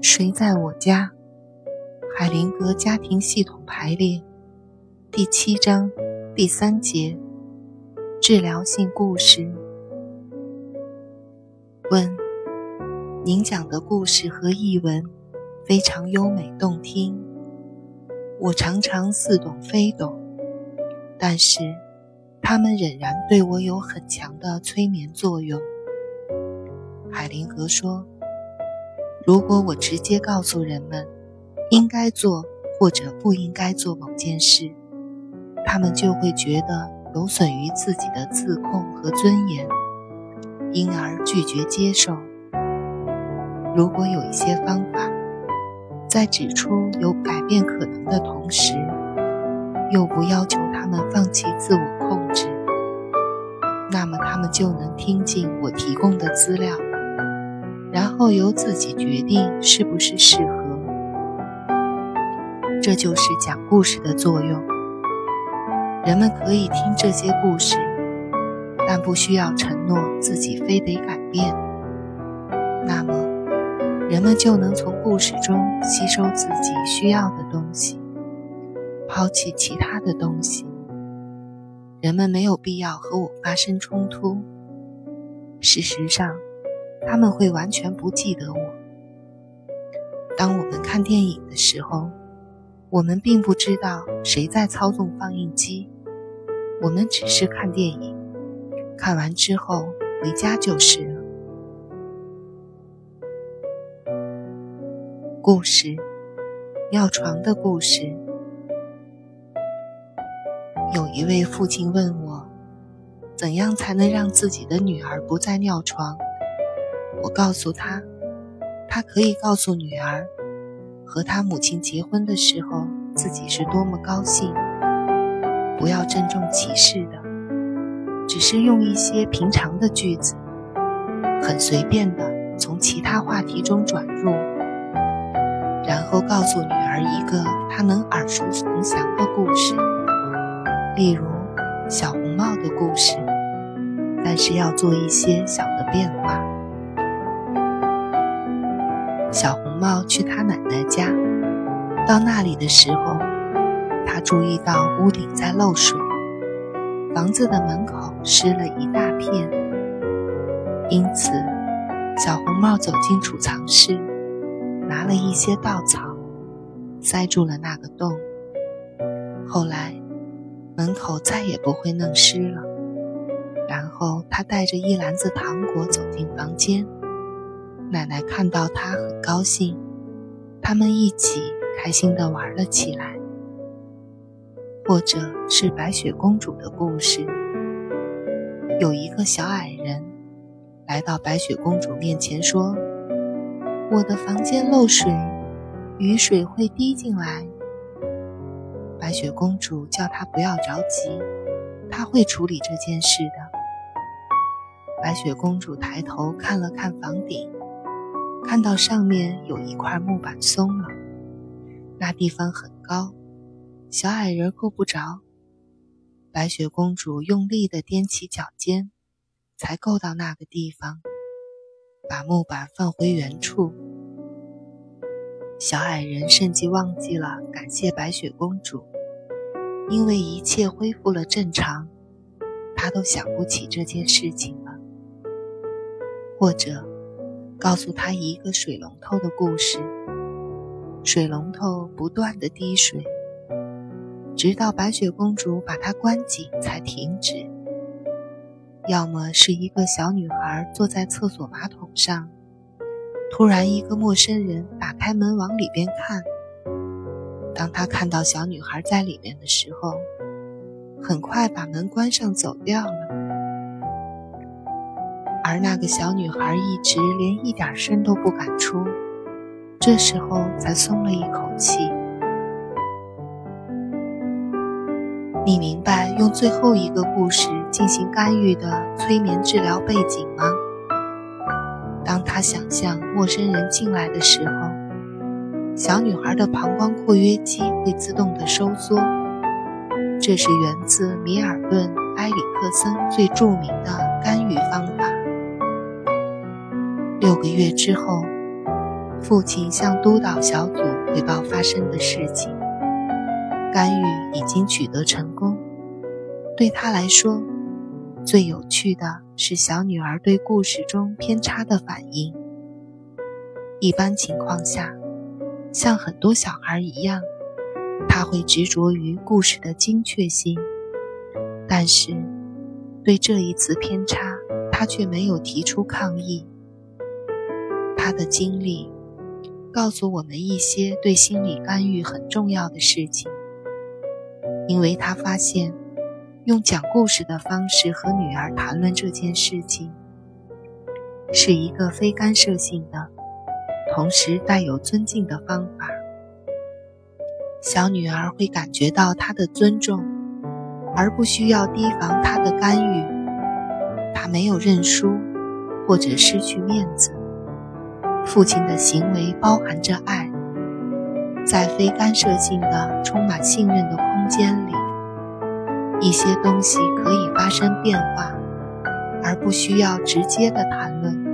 谁在我家？海灵格家庭系统排列第7章第3节，治疗性故事。问：您讲的故事和译文非常优美动听，我常常似懂非懂，但是它们仍然对我有很强的催眠作用。海灵格说，如果我直接告诉人们应该做或者不应该做某件事，他们就会觉得有损于自己的自控和尊严，因而拒绝接受。如果有一些方法，在指出有改变可能的同时，又不要求他们放弃自我控制，那么他们就能听进我提供的资料，然后由自己决定是不是适合。这就是讲故事的作用。人们可以听这些故事，但不需要承诺自己非得改变。那么，人们就能从故事中吸收自己需要的东西，抛弃其他的东西。人们没有必要和我发生冲突。事实上，他们会完全不记得我。当我们看电影的时候，我们并不知道谁在操纵放映机，我们只是看电影，看完之后回家就是了。故事，尿床的故事。有一位父亲问我，怎样才能让自己的女儿不再尿床？我告诉他，他可以告诉女儿，和他母亲结婚的时候自己是多么高兴，不要郑重其事的，只是用一些平常的句子，很随便的从其他话题中转入，然后告诉女儿一个她能耳熟能详的故事，例如小红帽的故事，但是要做一些小的变化。小红帽去他奶奶家，到那里的时候，他注意到屋顶在漏水，房子的门口湿了一大片。因此，小红帽走进储藏室，拿了一些稻草，塞住了那个洞。后来，门口再也不会弄湿了。然后他带着一篮子糖果走进房间，奶奶看到他很高兴，他们一起开心地玩了起来。或者是白雪公主的故事。有一个小矮人来到白雪公主面前说，我的房间漏水，雨水会滴进来。白雪公主叫她不要着急，她会处理这件事的。白雪公主抬头看了看房顶，看到上面有一块木板松了，那地方很高，小矮人够不着。白雪公主用力地踮起脚尖，才够到那个地方，把木板放回原处。小矮人甚至忘记了感谢白雪公主，因为一切恢复了正常，他都想不起这件事情了。或者告诉他一个水龙头的故事，水龙头不断地滴水，直到白雪公主把它关紧才停止。要么是一个小女孩坐在厕所马桶上，突然一个陌生人打开门往里边看，当她看到小女孩在里面的时候，很快把门关上走掉了。而那个小女孩一直连一点声都不敢出，这时候才松了一口气。你明白用最后一个故事进行干预的催眠治疗背景吗？当她想象陌生人进来的时候，小女孩的膀胱括约肌会自动的收缩，这是源自米尔顿·埃里克森最著名的干预方法。6个月之后， 父亲向督导小组汇报发生的事情，干预已经取得成功。对他来说，最有趣的是小女儿对故事中偏差的反应。一般情况下，像很多小孩一样，他会执着于故事的精确性，但是对这一次偏差，他却没有提出抗议。他的经历告诉我们一些对心理干预很重要的事情，因为他发现用讲故事的方式和女儿谈论这件事情，是一个非干涉性的，同时带有尊敬的方法。小女儿会感觉到他的尊重，而不需要提防他的干预。他没有认输或者失去面子。父亲的行为包含着爱，在非干涉性的、充满信任的空间里，一些东西可以发生变化，而不需要直接的谈论。